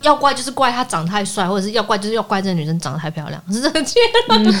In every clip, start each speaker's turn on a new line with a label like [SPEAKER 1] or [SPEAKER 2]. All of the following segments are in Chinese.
[SPEAKER 1] 要怪就是怪他长太帅，或者是要怪就是要怪这个女生长得太漂亮，是这个结论。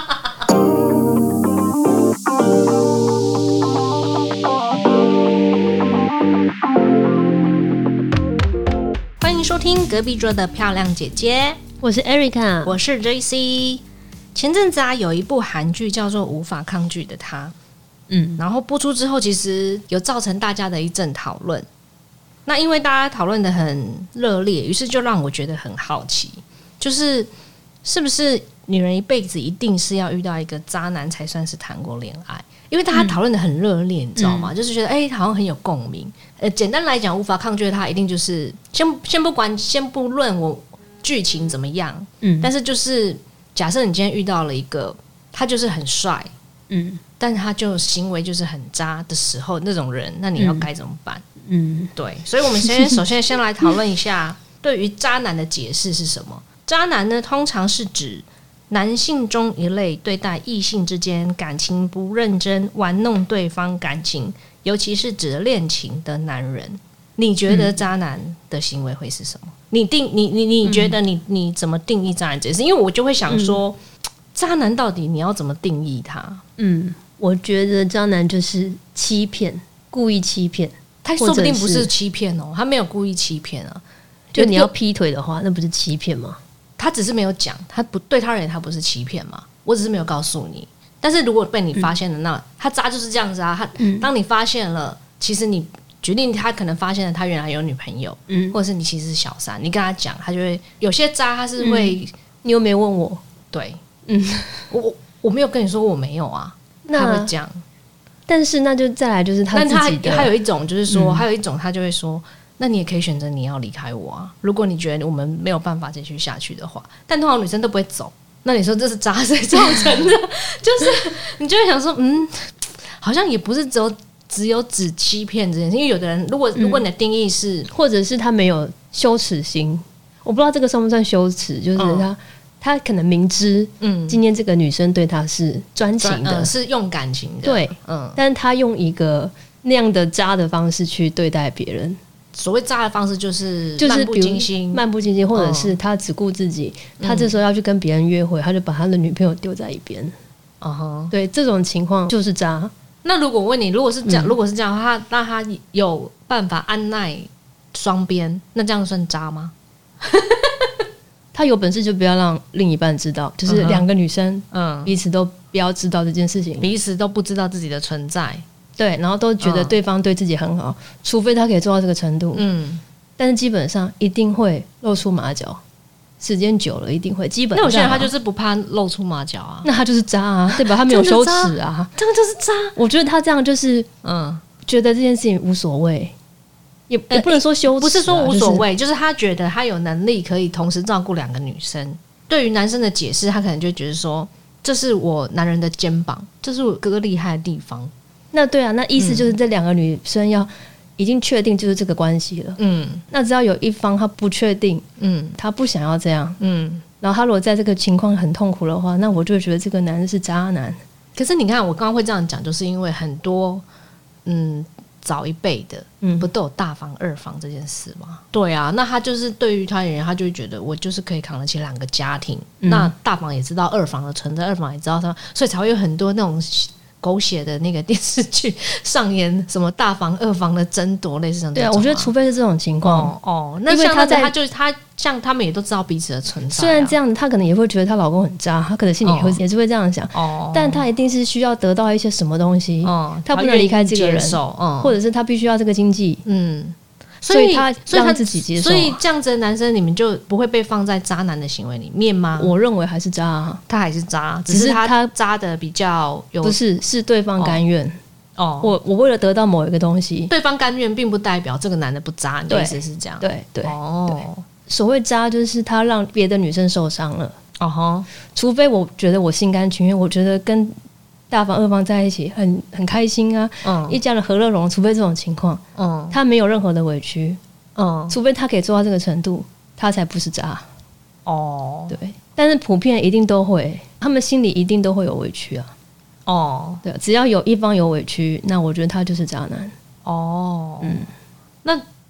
[SPEAKER 1] 欢迎收听隔壁桌的漂亮姐姐，
[SPEAKER 2] 我是 Erica，
[SPEAKER 1] 我是 JC。前阵子有一部韩剧叫做《无法抗拒的他》，然后播出之后，其实有造成大家的一阵讨论。那因为大家讨论的很热烈，于是就让我觉得很好奇，就是是不是女人一辈子一定是要遇到一个渣男才算是谈过恋爱？因为大家讨论的很热烈，你知道吗？就是觉得好像很有共鸣。简单来讲，无法抗拒的他一定就是先不论我剧情怎么样，但是就是假设你今天遇到了一个他就是很帅，但是他就行为就是很渣的时候，那种人，那你要该怎么办？对，所以我们首先先来讨论一下对于渣男的解释是什么。渣男呢，通常是指男性中一类对待异性之间感情不认真、玩弄对方感情，尤其是指恋情的男人。你觉得渣男的行为会是什么？你觉得你怎么定义渣男这件事？因为我就会想说，渣男到底你要怎么定义他？
[SPEAKER 2] 我觉得渣男就是欺骗，故意欺骗。
[SPEAKER 1] 他说不定不是欺骗哦，他没有故意欺骗啊。
[SPEAKER 2] 就你要劈腿的话，那不是欺骗吗？
[SPEAKER 1] 他只是没有讲，他不对他而言，他不是欺骗嘛？我只是没有告诉你。但是如果被你发现了，那他渣就是这样子啊。当你发现了，其实你决定他可能发现了他原来有女朋友，或者是你其实是小三，你跟他讲，他就会有些渣，他是会，
[SPEAKER 2] 你又没问我，
[SPEAKER 1] 对，我没有跟你说我没有啊，他会讲。但
[SPEAKER 2] 是那就再来就是他自己的，
[SPEAKER 1] 他有一种就是说，还有一种他就会说，那你也可以选择你要离开我啊。如果你觉得我们没有办法继续下去的话，但通常女生都不会走。那你说这是渣谁造成的？就是你就会想说，好像也不是只有指欺骗这件事，因为有的人，如果你的定义是，
[SPEAKER 2] 或者是他没有羞耻心，我不知道这个算不算羞耻，就是他可能明知今天这个女生对他是专情的，
[SPEAKER 1] 是用感情的，
[SPEAKER 2] 对，但是他用一个那样的渣的方式去对待别人。
[SPEAKER 1] 所谓渣的方式就是漫不经心，
[SPEAKER 2] 或者是他只顾自己，他这时候要去跟别人约会，他就把他的女朋友丢在一边。对，这种情况就是渣。
[SPEAKER 1] 那如果问你，如果是这样的话，那他有办法按捺双边，那这样算渣吗？
[SPEAKER 2] 他有本事就不要让另一半知道，就是两个女生彼此都不要知道这件事情，
[SPEAKER 1] 彼此都不知道自己的存在，
[SPEAKER 2] 对，然后都觉得对方对自己很好，除非他可以做到这个程度，但是基本上一定会露出马脚，时间久了一定会。基本上，
[SPEAKER 1] 那有些人他就是不怕露出马脚啊，
[SPEAKER 2] 那他就是渣啊，对吧？他没有羞耻啊，
[SPEAKER 1] 这个就是渣。
[SPEAKER 2] 我觉得他这样就是觉得这件事情无所谓。也不能说羞耻，
[SPEAKER 1] 不是说无所谓，就是他觉得他有能力可以同时照顾两个女生。对于男生的解释，他可能就觉得说，这是我男人的肩膀，这是我哥哥厉害的地方。
[SPEAKER 2] 那对啊，那意思就是这两个女生要已经确定就是这个关系了。那只要有一方他不确定，他不想要这样，然后他如果在这个情况很痛苦的话，那我就觉得这个男人是渣男。
[SPEAKER 1] 可是你看，我刚刚会这样讲，就是因为很多早一辈的不都有大房二房这件事吗？对啊，那他就是对于他而言，他就会觉得我就是可以扛得起两个家庭。那大房也知道二房的存在，二房也知道他，所以才会有很多那种狗血的那个电视剧上演什么大房二房的争夺，类似这种。
[SPEAKER 2] 对啊，我觉得除非是这种情况
[SPEAKER 1] 那因为他像他们也都知道彼此的存在。
[SPEAKER 2] 虽然这样，她可能也会觉得她老公很渣，她可能心里也是会这样想。但她一定是需要得到一些什么东西，她不能离开这个人，或者是她必须要这个经济。所以她让自己接受。
[SPEAKER 1] 所以这样子的男生，你们就不会被放在渣男的行为里面吗？
[SPEAKER 2] 我认为还是渣，
[SPEAKER 1] 他还是渣，只是他渣的比较有，
[SPEAKER 2] 不是对方甘愿。我为了得到某一个东西，
[SPEAKER 1] 对方甘愿，并不代表这个男的不渣。你的意思是这样？
[SPEAKER 2] 对。所谓渣就是他让别的女生受伤了。除非我觉得我心甘情愿，我觉得跟大房二房在一起很开心啊，一家人和乐融融。除非这种情况，他没有任何的委屈，除非他可以做到这个程度，他才不是渣。对。但是普遍一定都会，他们心里一定都会有委屈啊。对，只要有一方有委屈，那我觉得他就是渣男。
[SPEAKER 1] 那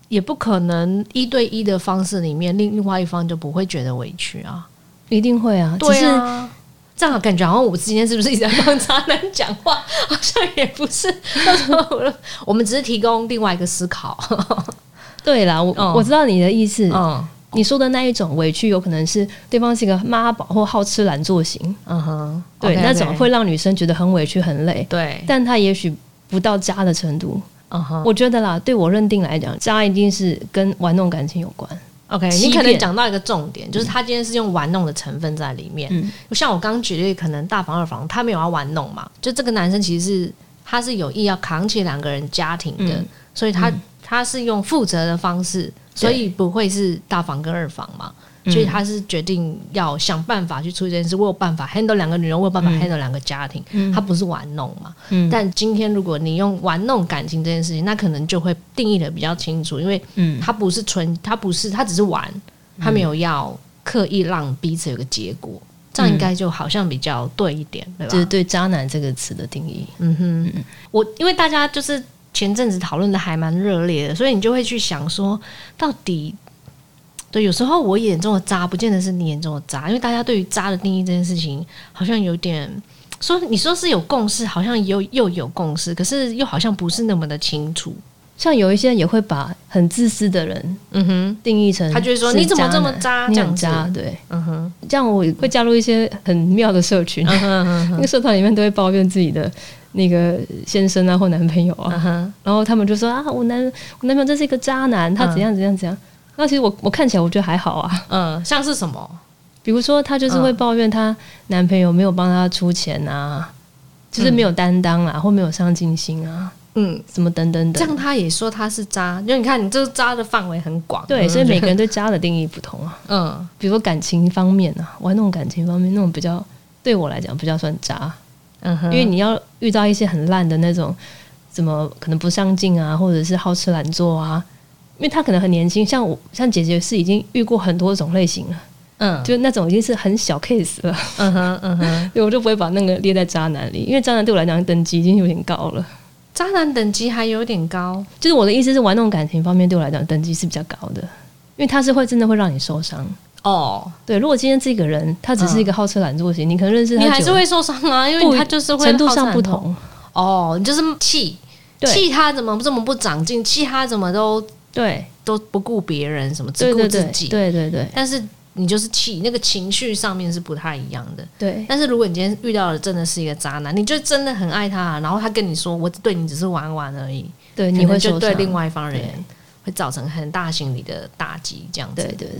[SPEAKER 1] 也不可能1对1的方式里面，另外一方就不会觉得委屈啊，
[SPEAKER 2] 一定会啊。
[SPEAKER 1] 对啊，这样感觉好像我今天是不是一直在帮渣男讲话？好像也不是，我们只是提供另外一个思考。
[SPEAKER 2] 对啦，我知道你的意思。你说的那一种委屈，有可能是对方是一个妈宝或好吃懒做型。对，那种会让女生觉得很委屈很累。
[SPEAKER 1] 对，
[SPEAKER 2] 但他也许不到渣的程度。我觉得啦，对我认定来讲，渣一定是跟玩弄感情有关。
[SPEAKER 1] OK， 你可能讲到一个重点，就是他今天是用玩弄的成分在里面。像我刚刚举例，可能大房二房他没有要玩弄嘛，就这个男生其实他是有意要扛起2个人家庭的，所以他是用负责的方式，所以不会是大房跟二房嘛。所以他是决定要想办法去处理这件事，我有办法 handle 2个女人，我有办法 handle 2个家庭，他不是玩弄嘛。但今天如果你用玩弄感情这件事情，那可能就会定义的比较清楚，因为他不是他只是玩，他没有要刻意让彼此有个结果，这样应该就好像比较对一点，对吧？
[SPEAKER 2] 就是对渣男这个词的定义。
[SPEAKER 1] 因为大家就是前阵子讨论的还蛮热烈的，所以你就会去想说，到底。对，有时候我眼中的渣不见得是你眼中的渣，因为大家对于渣的定义这件事情好像有点你说是有共识，好像又有共识，可是又好像不是那么的清楚。
[SPEAKER 2] 像有一些人也会把很自私的人定义成，
[SPEAKER 1] 他就会说你怎么这么渣，
[SPEAKER 2] 这样渣。对，这样我会加入一些很妙的社群，那个社团里面都会抱怨自己的那个先生啊或男朋友啊，然后他们就说啊，我男朋友这是一个渣男，他怎样怎样怎样。那其实我看起来我觉得还好啊。
[SPEAKER 1] 像是什么？
[SPEAKER 2] 比如说她就是会抱怨她男朋友没有帮她出钱啊，就是没有担当啊，或没有上进心啊，什么等等等。
[SPEAKER 1] 这样她也说她是渣，因为你看你这个渣的范围很广。
[SPEAKER 2] 对，所以每个人对渣的定义不同啊。比如说感情方面啊，玩弄感情方面那种比较对我来讲比较算渣。因为你要遇到一些很烂的那种，怎么可能不上进啊，或者是好吃懒做啊。因为他可能很年轻，像姐姐是已经遇过很多种类型了，就那种已经是很小 case 了，所以我就不会把那个列在渣男里，因为渣男对我来讲等级已经有点高了。
[SPEAKER 1] 渣男等级还有点高，
[SPEAKER 2] 就是我的意思是玩弄感情方面对我来讲等级是比较高的，因为他是会真的会让你受伤。对，如果今天这个人他只是一个好吃懒做型，你可能认识他，
[SPEAKER 1] 你还是会受伤啊，因为他就是会
[SPEAKER 2] 程度上不同。
[SPEAKER 1] 你就是气他怎么这么不长进，气他怎么都不顾别人，什么只顾自己。
[SPEAKER 2] 对。
[SPEAKER 1] 但是你就是气，那个情绪上面是不太一样的。
[SPEAKER 2] 对。
[SPEAKER 1] 但是如果你今天遇到的真的是一个渣男，你就真的很爱他，然后他跟你说我对你只是玩玩而已，
[SPEAKER 2] 对，你会
[SPEAKER 1] 就对另外一方人会造成很大心理的打击，这样子。
[SPEAKER 2] 对。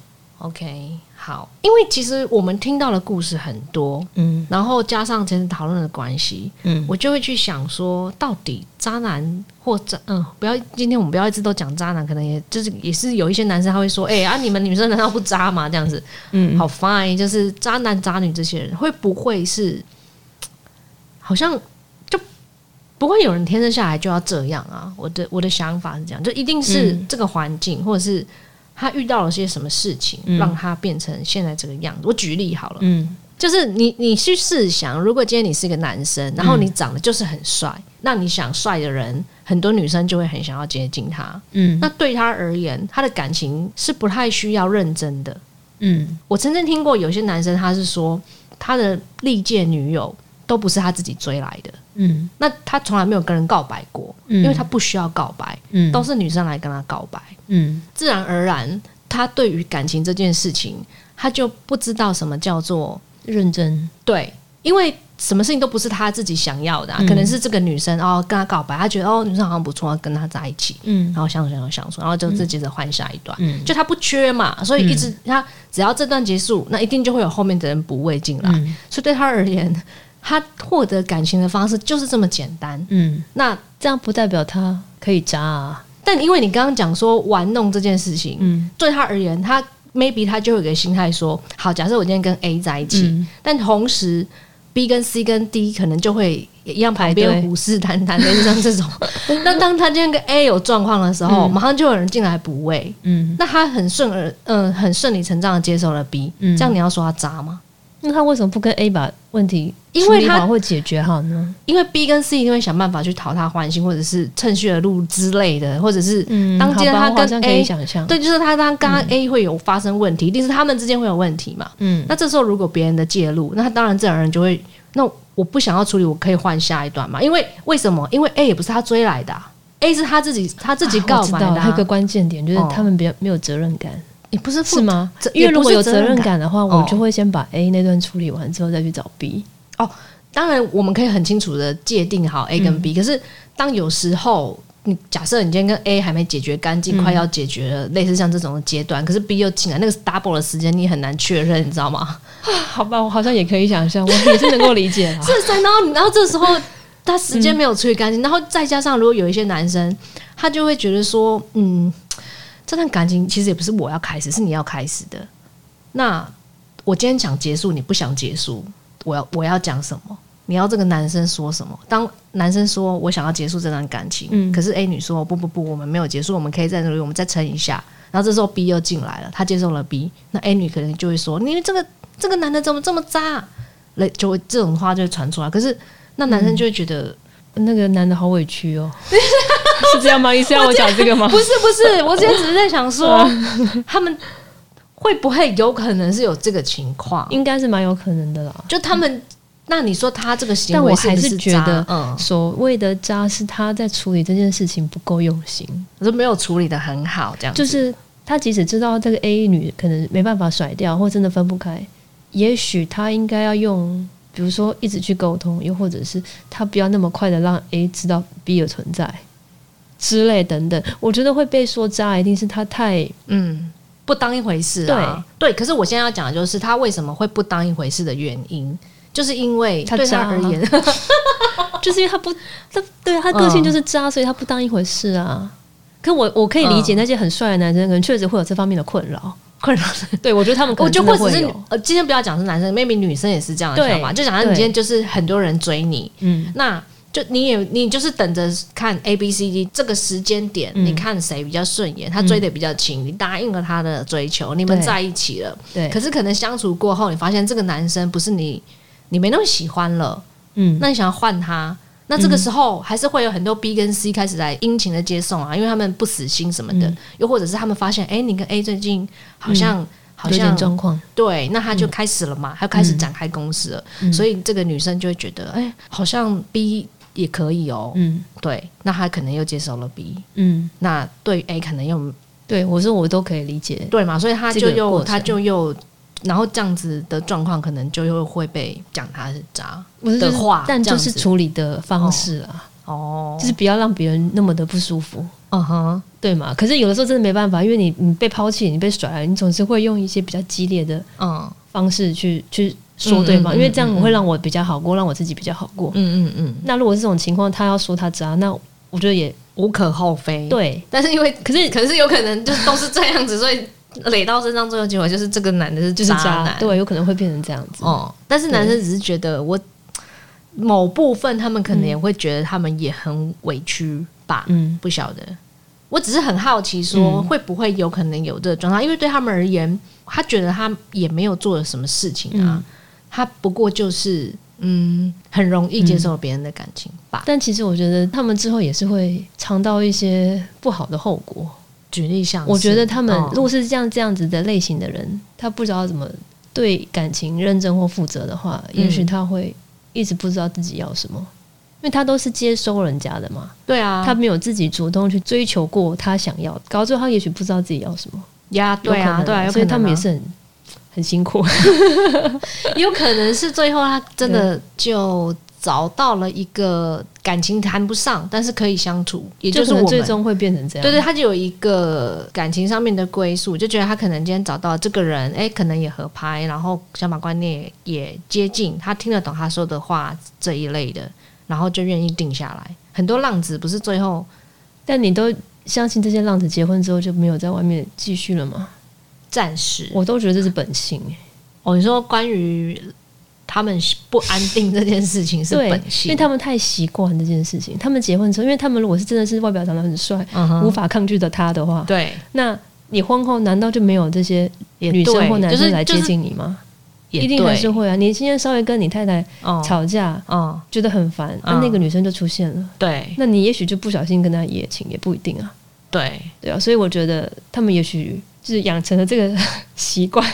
[SPEAKER 1] OK， 好，因为其实我们听到的故事很多，然后加上前次讨论的关系，我就会去想说，到底渣男或今天我们不要一直都讲渣男，可能也是有一些男生他会说，你们女生难道不渣吗？这样子，好 fine， 就是渣男渣女这些人会不会是，好像就不会有人天生下来就要这样啊？我的想法是这样，就一定是这个环境或者是。他遇到了些什么事情，让他变成现在这个样子？我举例好了，就是你去试想，如果今天你是一个男生，然后你长得就是很帅，那你想帅的人，很多女生就会很想要接近他。那对他而言，他的感情是不太需要认真的。我曾经听过有些男生，他是说他的历届女友都不是他自己追来的。那他从来没有跟人告白过，因为他不需要告白，都是女生来跟他告白。自然而然他对于感情这件事情他就不知道什么叫做
[SPEAKER 2] 认真。
[SPEAKER 1] 对，因为什么事情都不是他自己想要的可能是这个女生跟他告白，他觉得女生好像不错，要跟他在一起，然后相处，然后就接着换下一段，就他不缺嘛，所以一直他只要这段结束，那一定就会有后面的人补位进来，所以对他而言他获得感情的方式就是这么简单。那
[SPEAKER 2] 这样不代表他可以渣啊。
[SPEAKER 1] 但因为你刚刚讲说玩弄这件事情，对他而言，他 maybe 他就有一个心态说，好，假设我今天跟 A 在一起，但同时 B 跟 C 跟 D 可能就会一样旁边虎视眈眈的，就像这种。那当他今天跟 A 有状况的时候，马上就有人进来补位，那他很顺理成章的接受了 B，这样你要说他渣吗？
[SPEAKER 2] 那他为什么不跟 A 把问题处理好或解决好呢？
[SPEAKER 1] 因为 B 跟 C 一定会想办法去讨他欢心，或者是趁虚而入之类的，或者是当今天他跟 A 对，就是他跟他 A 会有发生问题，一定是他们之间会有问题嘛。那这时候如果别人的介入，那当然这两人就会，那我不想要处理，我可以换下一段嘛。因为什么？因为 A 也不是他追来的，A 是他自己告白的。
[SPEAKER 2] 还有个关键点就是他们比较没有责任感。
[SPEAKER 1] 也不是
[SPEAKER 2] 是吗？因为如果有责任感的话，我就会先把 A 那段处理完之后再去找 B。
[SPEAKER 1] 当然我们可以很清楚的界定好 A 跟 B，可是当有时候你假设你今天跟 A 还没解决干净，快要解决了，类似像这种阶段，可是 B 又进来，那个是 double 的时间，你很难确认，你知道吗？
[SPEAKER 2] 好吧，我好像也可以想象，我也是能够理解啦。
[SPEAKER 1] 是，然后这时候他时间没有处理干净，然后再加上如果有一些男生，他就会觉得说，这段感情其实也不是我要开始，是你要开始的。那我今天想结束，你不想结束，我要讲什么？你要这个男生说什么？当男生说我想要结束这段感情，可是 A 女说不，我们没有结束，我们可以再努力，我们再撑一下。然后这时候 B 又进来了，他接受了 B， 那 A 女可能就会说：“你这个男的怎么这么渣？”就会这种话就会传出来。可是那男生就会觉得。
[SPEAKER 2] 那个男的好委屈哦，是这样吗？意思要我讲这个吗？
[SPEAKER 1] 不是，我今天只是在想说，他们会不会有可能是有这个情况？
[SPEAKER 2] 应该是蛮有可能的啦。
[SPEAKER 1] 就他们，那你说他这个行为是不是渣？但我还是觉得，
[SPEAKER 2] 所谓的渣是他在处理这件事情不够用心，
[SPEAKER 1] 我说没有处理得很好，这样子。
[SPEAKER 2] 就是他即使知道这个 A 女可能没办法甩掉，或真的分不开，也许他应该要用。比如说一直去沟通，又或者是他不要那么快的让 A 知道 B 的存在之类等等，我觉得会被说渣一定是他太
[SPEAKER 1] 不当一回事啊。对，可是我现在要讲的就是他为什么会不当一回事的原因，就是因为对他而言
[SPEAKER 2] 就是因为他个性就是渣，所以他不当一回事啊。可我可以理解那些很帅的男生可能确实会有这方面的困扰。对，我觉得他们可能真的会有。我觉得或者是今天不要讲是男生 maybe 女生也是这样的想法，就讲你今天就是很多人追你，那就你就是等着看 ABCD 这个时间点，你看谁比较顺眼，他追的比较勤，你答应了他的追求，你们在一起了，对。可是可能相处过后，你发现这个男生不是你没那么喜欢了，那你想要换他。那这个时候还是会有很多 B 跟 C 开始来殷勤的接送啊，因为他们不死心什么的，又或者是他们发现，你跟 A 最近好像有点状况，
[SPEAKER 1] 对，那他就开始了嘛，他开始展开攻势了，所以这个女生就会觉得，好像 B 也可以哦，对，那他可能又接受了 B，那对 A 可能又
[SPEAKER 2] 对我说我都可以理解，
[SPEAKER 1] 对嘛，所以他就又。然后这样子的状况，可能就又会被讲他是渣的话，
[SPEAKER 2] 但就是处理的方式啊，就是不要让别人那么的不舒服，对嘛？可是有的时候真的没办法，因为你被抛弃，你被甩了，你总是会用一些比较激烈的方式去说，对吗？因为这样会让我比较好过，让我自己比较好过。那如果是这种情况，他要说他渣，那我觉得也
[SPEAKER 1] 无可厚非。
[SPEAKER 2] 对，
[SPEAKER 1] 但是因为可是有可能就是都是这样子，所以。累到身上最后结果就是这个男的是渣男，
[SPEAKER 2] 对，有可能会变成这样子。
[SPEAKER 1] 但是男生只是觉得某部分他们可能也会觉得他们也很委屈吧，不晓得。我只是很好奇说会不会有可能有这个状况，因为对他们而言，他觉得他也没有做了什么事情啊，他不过就是很容易接受别人的感情吧。
[SPEAKER 2] 但其实我觉得他们之后也是会尝到一些不好的后果。
[SPEAKER 1] 举例像
[SPEAKER 2] 我觉得他们如果是这样子的类型的人，他不知道怎么对感情认真或负责的话，也许他会一直不知道自己要什么，因为他都是接收人家的嘛。
[SPEAKER 1] 对啊，
[SPEAKER 2] 他没有自己主动去追求过他想要，搞最后他也许不知道自己要什么
[SPEAKER 1] 呀。对啊，
[SPEAKER 2] 所以他们也是很辛苦。
[SPEAKER 1] 有可能是最后他真的就找到了一个感情谈不上，但是可以相处，也就是我们
[SPEAKER 2] 最终会变成这样。
[SPEAKER 1] 对，他就有一个感情上面的归宿，就觉得他可能今天找到这个人，可能也合拍，然后想法观念也接近，他听得懂他说的话这一类的，然后就愿意定下来。很多浪子不是最后，
[SPEAKER 2] 但你都相信这些浪子结婚之后就没有在外面继续了吗？
[SPEAKER 1] 暂时，
[SPEAKER 2] 我都觉得这是本性。
[SPEAKER 1] 你说关于他们不安定这件事情是本性，
[SPEAKER 2] 因为他们太习惯这件事情。他们结婚之后，因为他们如果是真的是外表长得很帅，无法抗拒的他的话，
[SPEAKER 1] 对，
[SPEAKER 2] 那你婚后难道就没有这些女生或男生来接近你吗？ 一定还是会啊。你今天稍微跟你太太吵架，觉得很烦，那个女生就出现了，
[SPEAKER 1] 对，
[SPEAKER 2] 那你也许就不小心跟她一夜情，也不一定啊。
[SPEAKER 1] 对
[SPEAKER 2] 啊，所以我觉得他们也许就是养成了这个习惯，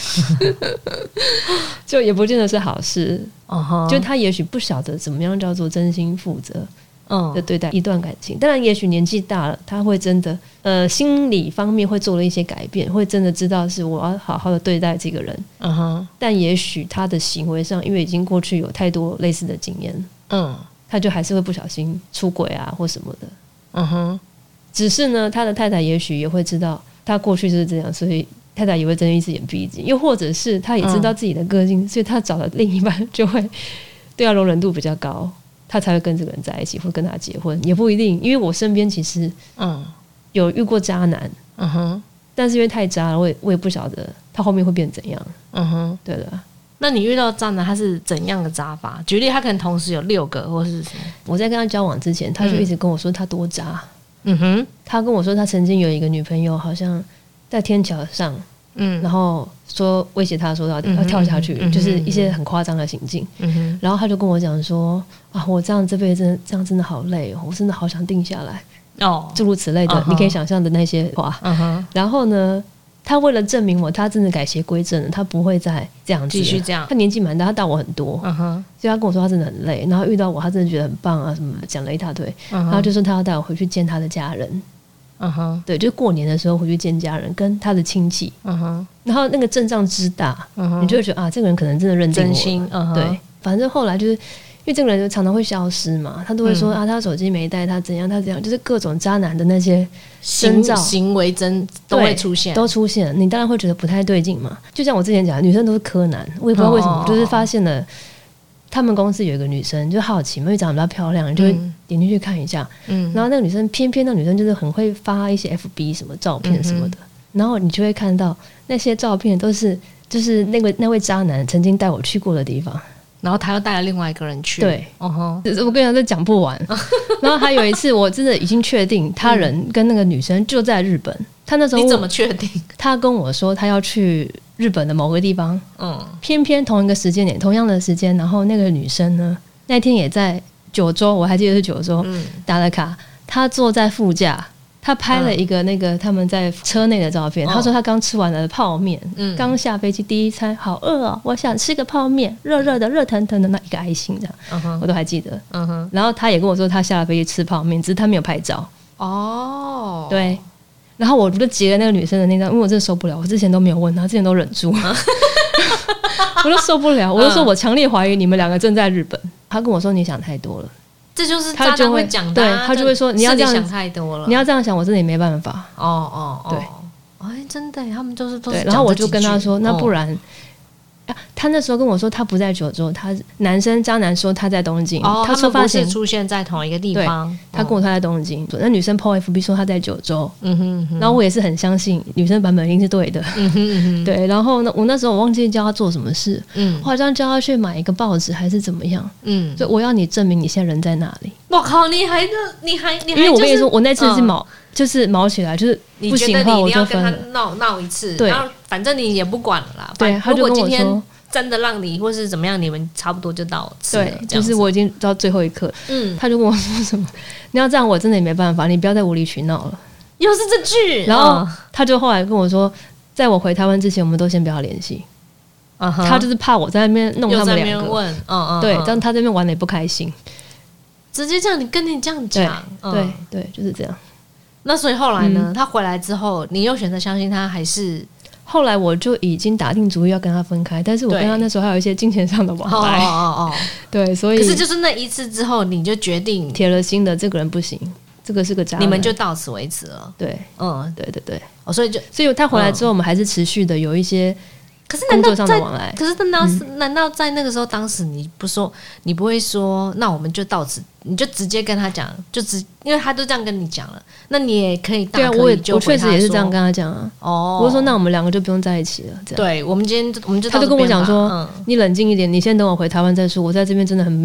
[SPEAKER 2] 就也不见得是好事。就他也许不晓得怎么样叫做真心负责的对待一段感情。当然，也许年纪大了，他会真的心理方面会做了一些改变，会真的知道是我要好好的对待这个人。但也许他的行为上，因为已经过去有太多类似的经验，他就还是会不小心出轨啊或什么的。只是呢，他的太太也许也会知道他过去就是这样，所以太太也会睁一只眼闭一只眼。又或者是他也知道自己的个性，所以他找的另一半就会对他容忍度比较高，他才会跟这个人在一起或跟他结婚，也不一定。因为我身边其实有遇过渣男，但是因为太渣了，我也不晓得他后面会变怎样。对的。
[SPEAKER 1] 那你遇到渣男他是怎样的渣法？举例，他可能同时有6个或是什么？
[SPEAKER 2] 我在跟他交往之前，他就一直跟我说他多渣。他跟我说他曾经有一个女朋友，好像在天桥上，然后说威胁他说要跳下去，就是一些很夸张的行径。然后他就跟我讲说啊，我这样这辈子这样真的好累哦，我真的好想定下来诸如此类的，你可以想象的那些话。然后呢，他为了证明我他真的改邪归正了，他不会再这样子
[SPEAKER 1] 继续这样。
[SPEAKER 2] 他年纪蛮大，他大我很多，所以他跟我说他真的很累，然后遇到我他真的觉得很棒啊，什么讲了一大堆。然后就说他要带我回去见他的家人。对，就过年的时候回去见家人跟他的亲戚。然后那个阵仗之大，你就会觉得啊，这个人可能真的认定我了，真心。对，反正后来就是因为这个人就常常会消失嘛，他都会说他手机没带，他怎样，就是各种渣男的那些征兆
[SPEAKER 1] 行为都会出现，
[SPEAKER 2] 都出现，你当然会觉得不太对劲嘛。就像我之前讲的，女生都是柯南，我也不知道为什么，就是发现了他们公司有一个女生，就好奇嘛，因为长得比较漂亮，你就会点进去看一下。然后那个女生，偏偏那个女生就是很会发一些 FB 什么照片什么的，然后你就会看到那些照片都是就是那位渣男曾经带我去过的地方。
[SPEAKER 1] 然后他又带了另外一个人去，
[SPEAKER 2] 对，我跟你讲，这讲不完。然后还有一次，我真的已经确定他人跟那个女生就在日本。他那时候
[SPEAKER 1] 你怎么确定？
[SPEAKER 2] 他跟我说他要去日本的某个地方，偏偏同一个时间点，同样的时间，然后那个女生呢，那天也在九州，我还记得是九州，打了卡，他坐在副驾。他拍了一个那个他们在车内的照片，他说他刚吃完了泡面，刚下飞机第一餐，好饿哦，我想吃个泡面，热热的热腾腾的那一个爱心这样，我都还记得。然后他也跟我说他下了飞机吃泡面，只是他没有拍照。对，然后我就截了那个女生的那张，因为我真的受不了，我之前都没有问他，之前都忍住，我都受不了，我就说我强烈怀疑你们两个正在日本。他跟我说你想太多了。
[SPEAKER 1] 这就是渣男会讲的，
[SPEAKER 2] 对，他就会说你要这样
[SPEAKER 1] 想太多了，
[SPEAKER 2] 你要这样想，我真的也没办法。对，
[SPEAKER 1] 真的，他们都是
[SPEAKER 2] 对。然后我就跟他说，那不然，他那时候跟我说他不在九州，他渣男说他在东京，
[SPEAKER 1] 他说不是出现在同一个地方，
[SPEAKER 2] 他跟我说他在东京，那女生 po FB 说他在九州，然后我也是很相信女生版本一定是对的，对。然后呢，我那时候我忘记教他做什么事，我好像教他去买一个报纸还是怎么样，所以我要你证明你现在人在哪里。
[SPEAKER 1] 我靠，你还，
[SPEAKER 2] 因为我跟你说，我那次是就是毛起来，就是不行的话我就分了。
[SPEAKER 1] 你觉得你一定要跟他闹一次，
[SPEAKER 2] 对，
[SPEAKER 1] 然后反正你也不管了啦。
[SPEAKER 2] 对，他就跟我说，
[SPEAKER 1] 真的让你或是怎么样，你们差不多就到此了。
[SPEAKER 2] 对，就是我已经到最后一刻，他就跟我说什么，你要这样我真的也没办法，你不要再无理取闹了。
[SPEAKER 1] 又是这句，
[SPEAKER 2] 然后他就后来跟我说，在我回台湾之前，我们都先不要联系。他就是怕我在那边弄他们两个，对，这样他这边玩的也不开心。
[SPEAKER 1] 直接这样，跟你这样讲，
[SPEAKER 2] 对，就是这样。
[SPEAKER 1] 那所以后来呢？他回来之后，你又选择相信他，还是
[SPEAKER 2] 后来我就已经打定主意要跟他分开？但是我跟他那时候还有一些金钱上的往来，对，所以
[SPEAKER 1] 可是就是那一次之后，你就决定
[SPEAKER 2] 铁了心的，这个人不行，这个是个渣男，
[SPEAKER 1] 你们就到此为止了。
[SPEAKER 2] 对，对，
[SPEAKER 1] 所以
[SPEAKER 2] 他回来之后，我们还是持续的有一些。
[SPEAKER 1] 可是
[SPEAKER 2] 工作上的往来，
[SPEAKER 1] 可是难道在那个时候，当时你不会说，那我们就到此，你就直接跟他讲，因为他都这样跟你讲了，那你也可以大可以就
[SPEAKER 2] 我确实也是这样跟他讲啊。我就说那我们两个就不用在一起了。这样
[SPEAKER 1] 对，我们就
[SPEAKER 2] 他就跟我讲说，你冷静一点，你先等我回台湾再说。我在这边真的很没有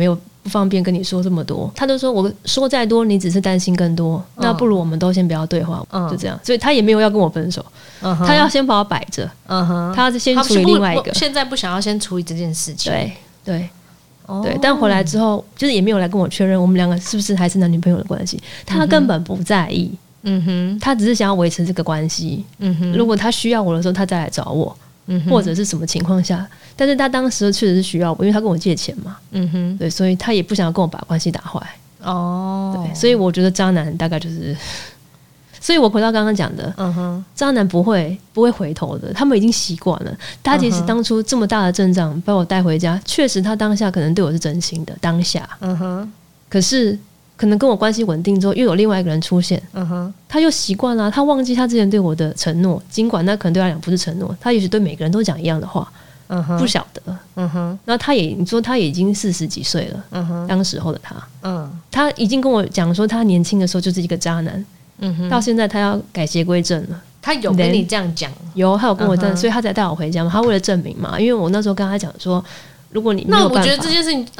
[SPEAKER 2] 不方便跟你说这么多。他就说我说再多你只是担心更多，那不如我们都先不要对话，就这样。所以他也没有要跟我分手，他要先把我摆着，他要先处理另外一个，
[SPEAKER 1] 现在不想要先处理这件事情。
[SPEAKER 2] 对，但回来之后就是也没有来跟我确认我们两个是不是还是男女朋友的关系，他根本不在意，他只是想要维持这个关系，如果他需要我的时候他再来找我，或者是什么情况下，但是他当时确实是需要我，因为他跟我借钱嘛，对，所以他也不想要跟我把关系打坏，对，所以我觉得渣男大概就是，所以我回到刚刚讲的，渣男不会回头的，他们已经习惯了。他其实当初这么大的阵仗把我带回家，确实他当下可能对我是真心的，当下，可是可能跟我关系稳定之后，又有另外一个人出现，他又习惯了，他忘记他之前对我的承诺，尽管那可能对他讲不是承诺，他也许对每个人都讲一样的话，不晓得，然后你说他也已经40几岁了，当时候的他已经跟我讲说，他年轻的时候就是一个渣男，到现在他要改邪归正了。
[SPEAKER 1] 他有跟你这样讲？
[SPEAKER 2] 有，他有跟我这样，所以他才带我回家嘛。他为了证明嘛，因为我那时候跟他讲说，如果你没有办法，
[SPEAKER 1] 那我觉得这件事情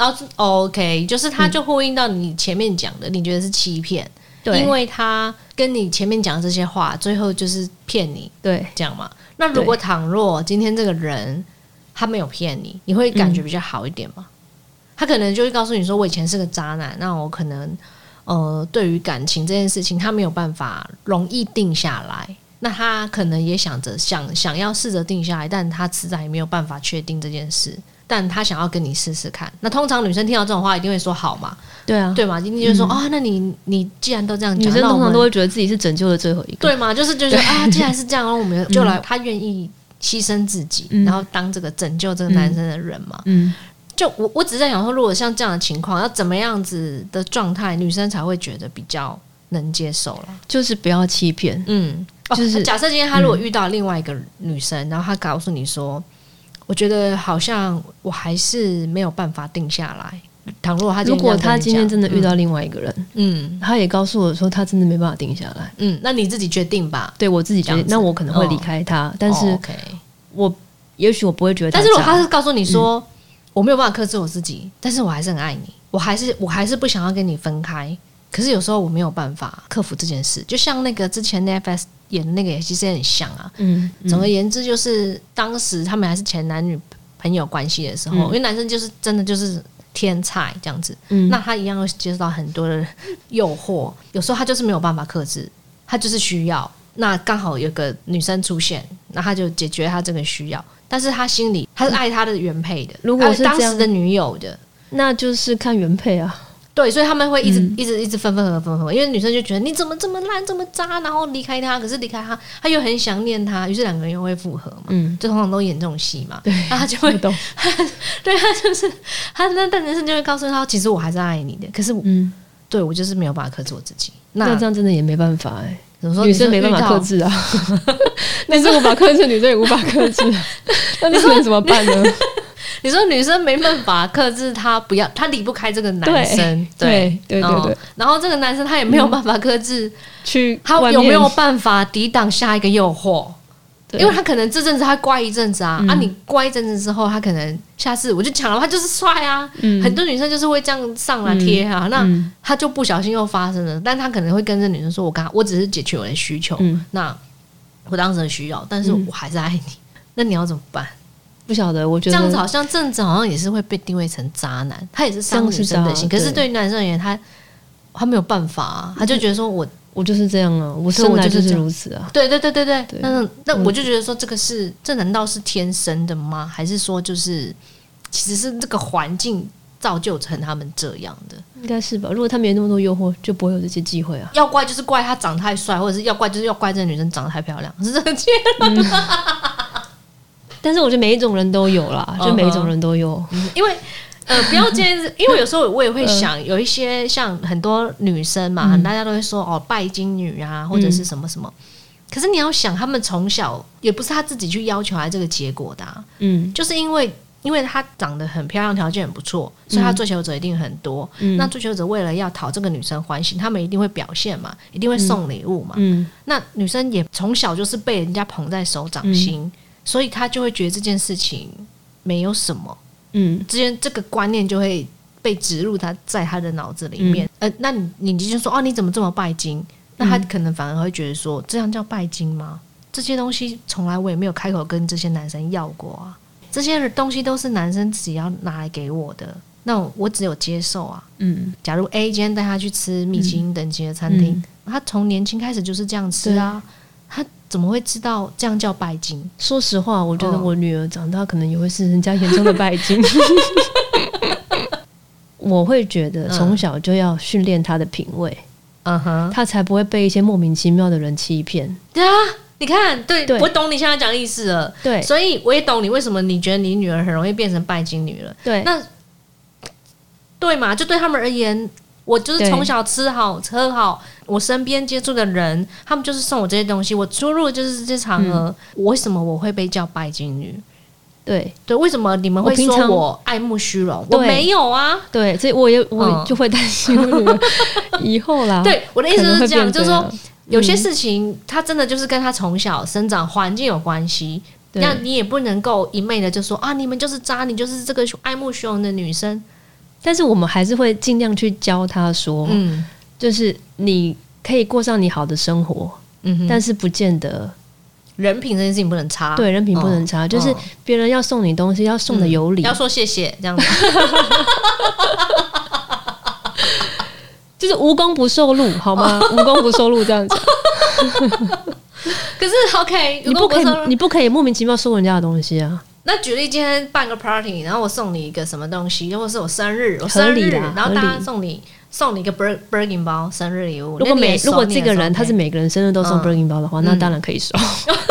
[SPEAKER 1] OK， 就是他就呼应到你前面讲的，你觉得是欺骗，因为他跟你前面讲的这些话，最后就是骗你，对，这样嘛。那如果倘若今天这个人他没有骗你，你会感觉比较好一点吗？他可能就会告诉你说，我以前是个渣男，那我可能对于感情这件事情，他没有办法容易定下来。那他可能也想要试着定下来，但他实在也没有办法确定这件事。但他想要跟你试试看。那通常女生听到这种话，一定会说好嘛，对啊，对嘛，一定就说那你既然都这样讲，
[SPEAKER 2] 女生通常都会觉得自己是拯救的最后一个，
[SPEAKER 1] 对嘛，就是既然是这样，我们就来，他愿意牺牲自己，然后当这个拯救这个男生的人嘛。就我只是在想说，如果像这样的情况，要怎么样子的状态，女生才会觉得比较能接受了？
[SPEAKER 2] 就是不要欺骗，就是
[SPEAKER 1] 假设今天他如果遇到另外一个女生，然后他告诉你说，我觉得好像我还是没有办法定下来。
[SPEAKER 2] 如果他今天真的遇到另外一个人，他也告诉我说他真的没办法定下来，
[SPEAKER 1] 那你自己决定吧。
[SPEAKER 2] 对，我自己决定，那我可能会离开他，但是我也许我不会觉得他。
[SPEAKER 1] 但是如果他是告诉你说，我没有办法克制我自己，但是我还是很爱你，我还是不想要跟你分开。可是有时候我没有办法克服这件事，就像那个之前 Netflix 演的那个也其实很像啊。总而言之，就是当时他们还是前男女朋友关系的时候，因为男生就是真的就是天才这样子，那他一样会接受到很多的诱惑，有时候他就是没有办法克制，他就是需要。那刚好有个女生出现，那他就解决他这个需要，但是他心里他是爱他的原配的，如果是当时的女友的，
[SPEAKER 2] 那就是看原配啊。
[SPEAKER 1] 对，所以他们会一直分合，因为女生就觉得你怎么这么烂这么渣，然后离开他，可是离开他，他又很想念他，于是两个人又会复合嘛。就通常都演这种戏嘛。那他就会懂，对，他就是他那但男生就会告诉他，其实我还是爱你的，可是对我就是没有办法克制我自己。
[SPEAKER 2] 那这样真的也没办法女生没办法克制啊，男生无法克制，女生也无法克制，那你能怎么办呢？
[SPEAKER 1] 你说女生没办法克制他不要，他离不开这个男生，
[SPEAKER 2] 对，
[SPEAKER 1] 然后这个男生他也没有办法克制，
[SPEAKER 2] 去
[SPEAKER 1] 他有没有办法抵挡下一个诱惑？因为他可能这阵子他乖一阵子啊，你乖一阵子之后，他可能下次我就抢了，他就是帅啊，很多女生就是会这样上来贴啊，那他就不小心又发生了，但他可能会跟这女生说，我只是解决我的需求，那我当时的需要，但是我还是爱你，那你要怎么办？
[SPEAKER 2] 不晓得，我觉得
[SPEAKER 1] 这样子好像正子好像也是会被定位成渣男，他也是伤女生的心，可是对于男生而言，他没有办法啊，他就觉得说
[SPEAKER 2] 我就是这样啊，我生来就是如此啊。
[SPEAKER 1] 对，那我就觉得说这难道是天生的吗？还是说就是其实是这个环境造就成他们这样的？
[SPEAKER 2] 应该是吧。如果他没那么多诱惑，就不会有这些机会啊。
[SPEAKER 1] 要怪就是怪他长太帅，或者是要怪就是要怪这个女生长得太漂亮，是这个结论。
[SPEAKER 2] 但是我觉得每一种人都有啦，就每一种人都有，
[SPEAKER 1] 因为不要这样子，因为有时候我也会想，有一些像很多女生嘛，大家都会说拜金女啊，或者是什么什么。可是你要想，他们从小也不是他自己去要求来这个结果的，就是因为她长得很漂亮，条件很不错，所以她追求者一定很多。那追求者为了要讨这个女生欢心，他们一定会表现嘛，一定会送礼物嘛。那女生也从小就是被人家捧在手掌心。所以他就会觉得这件事情没有什么，这个观念就会被植入在他的脑子里面。那你就说你怎么这么拜金？那他可能反而会觉得说，这样叫拜金吗？这些东西从来我也没有开口跟这些男生要过啊，这些东西都是男生自己要拿来给我的，那我只有接受啊。假如 A 今天带他去吃米其林等级的餐厅，他从年轻开始就是这样吃啊，他怎么会知道这样叫拜金？
[SPEAKER 2] 说实话，我觉得我女儿长大可能也会是人家眼中的拜金。我会觉得从小就要训练她的品味，她才不会被一些莫名其妙的人欺骗。
[SPEAKER 1] 对啊，你看，对，我懂你现在讲的意思了。对，所以我也懂你为什么你觉得你女儿很容易变成拜金女了。对，那对嘛？就对他们而言，我就是从小吃好喝好，我身边接触的人，他们就是送我这些东西，我出入就是这些场合，为什么我会被叫拜金女？对，为什么你们会说我爱慕虚荣？我没有啊。对，所以我就会担心我女儿以后啦。对，我的意思是这样，就是说有些事情它真的就是跟他从小生长环境有关系。那你也不能够一昧的就说你们就是渣，你就是这个爱慕虚荣的女生。但是我们还是会尽量去教他说，就是你可以过上你好的生活，但是不见得人品这件事情不能差。对，人品不能差，就是别人要送你东西要送的有礼，要说谢谢这样子。就是无功不受禄，好吗？无功不受禄这样子。可是 OK， 你不可以莫名其妙收人家的东西啊。那举例，今天办个 party， 然后我送你一个什么东西，或者是我生日，然后大家送你一个 Birkin 包生日礼物。如果这个人他是每个人生日都送 Birkin 包的话，那当然可以收。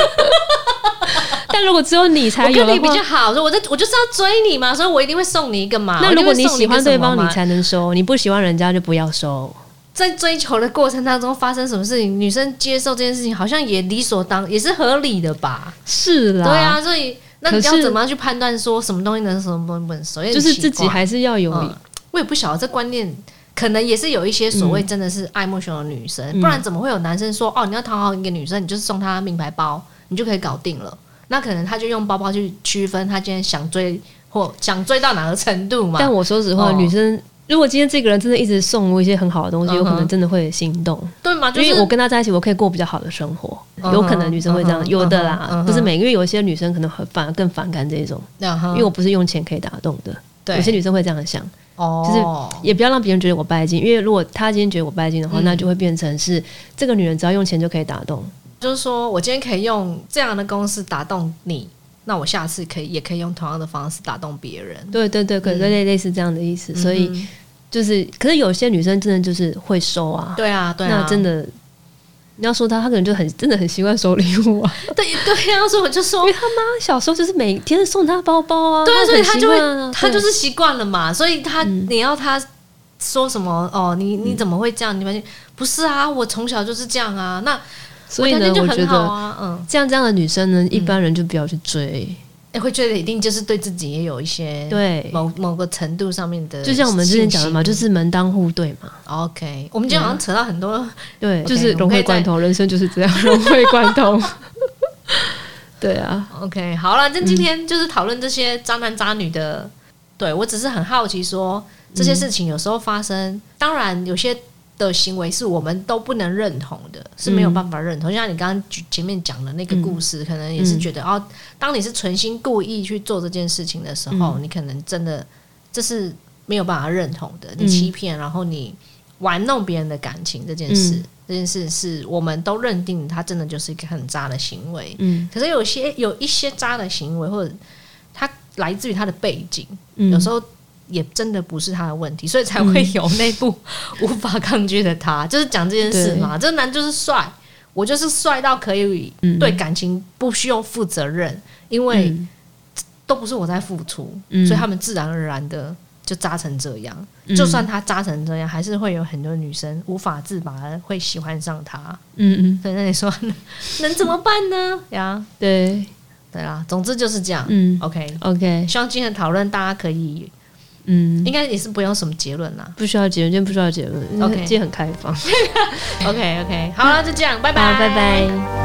[SPEAKER 1] 但如果只有你才有的话，我跟你比较好，我就是要追你嘛，所以我一定会送你一个嘛。那如果你喜欢对方，你才能收；你不喜欢人家就不要收。在追求的过程当中发生什么事情，女生接受这件事情好像也理所当也是合理的吧？是啦，对啊，所以那你要怎么样去判断说什么东西能收，什么东西不能收？就是自己还是要有。我也不晓得这观念，可能也是有一些所谓真的是爱慕虚荣的女生，不然怎么会有男生说你要讨好一个女生，你就是送她名牌包，你就可以搞定了。那可能他就用包包去区分他今天想追或想追到哪个程度嘛。但我说实话，女生如果今天这个人真的一直送我一些很好的东西，有可能真的会心动，对吗？因为我跟他在一起，我可以过比较好的生活，有可能女生会这样，有的啦，不是每个月有些女生可能反而更反感这种，因为我不是用钱可以打动的，有些女生会这样想，就是也不要让别人觉得我拜金，因为如果他今天觉得我拜金的话，那就会变成是这个女人只要用钱就可以打动。就是说我今天可以用这样的公式打动你，那我下次也可以用同样的方式打动别人。对对对，可能类似这样的意思。所以就是，可是有些女生真的就是会收啊。对啊，对啊。那真的，你要说她可能就真的很习惯收礼物啊。对对呀，所以我就说，因为她妈小时候就是每天送她包包啊。对啊，所以她就是习惯了嘛。所以你要她说什么你怎么会这样？你们不是啊，我从小就是这样啊。那所以呢，我觉得这样的女生呢，一般人就不要去追。会追的一定就是对自己也有一些对某个程度上面的，就像我们之前讲的嘛，就是门当户对嘛。OK， 我们今天好像扯到很多，对，就是融会贯通，人生就是这样融会贯通。对啊 ，OK， 好了，那今天就是讨论这些渣男渣女的。对，我只是很好奇说，这些事情有时候发生，当然有些的行为是我们都不能认同的，是没有办法认同。就像你刚刚前面讲的那个故事，可能也是觉得当你是存心故意去做这件事情的时候，你可能真的这是没有办法认同的。你欺骗，然后你玩弄别人的感情，这件事是我们都认定它真的就是一个很渣的行为。可是有一些渣的行为，或者它来自于他的背景，有时候也真的不是他的问题，所以才会有那部无法抗拒的他，就是讲这件事嘛。这男就是帅，我就是帅到可以对感情不需要负责任，因为都不是我在付出，所以他们自然而然的就渣成这样。就算他渣成这样，还是会有很多女生无法自拔的会喜欢上他。对，那你说能怎么办呢？呀，对啦，总之就是这样。OK， 希望今天的讨论大家可以。应该也是不用什么结论啦，不需要结论，今天不需要结论。OK， 今天很开放。OK， 好了，就这样，拜拜，拜拜。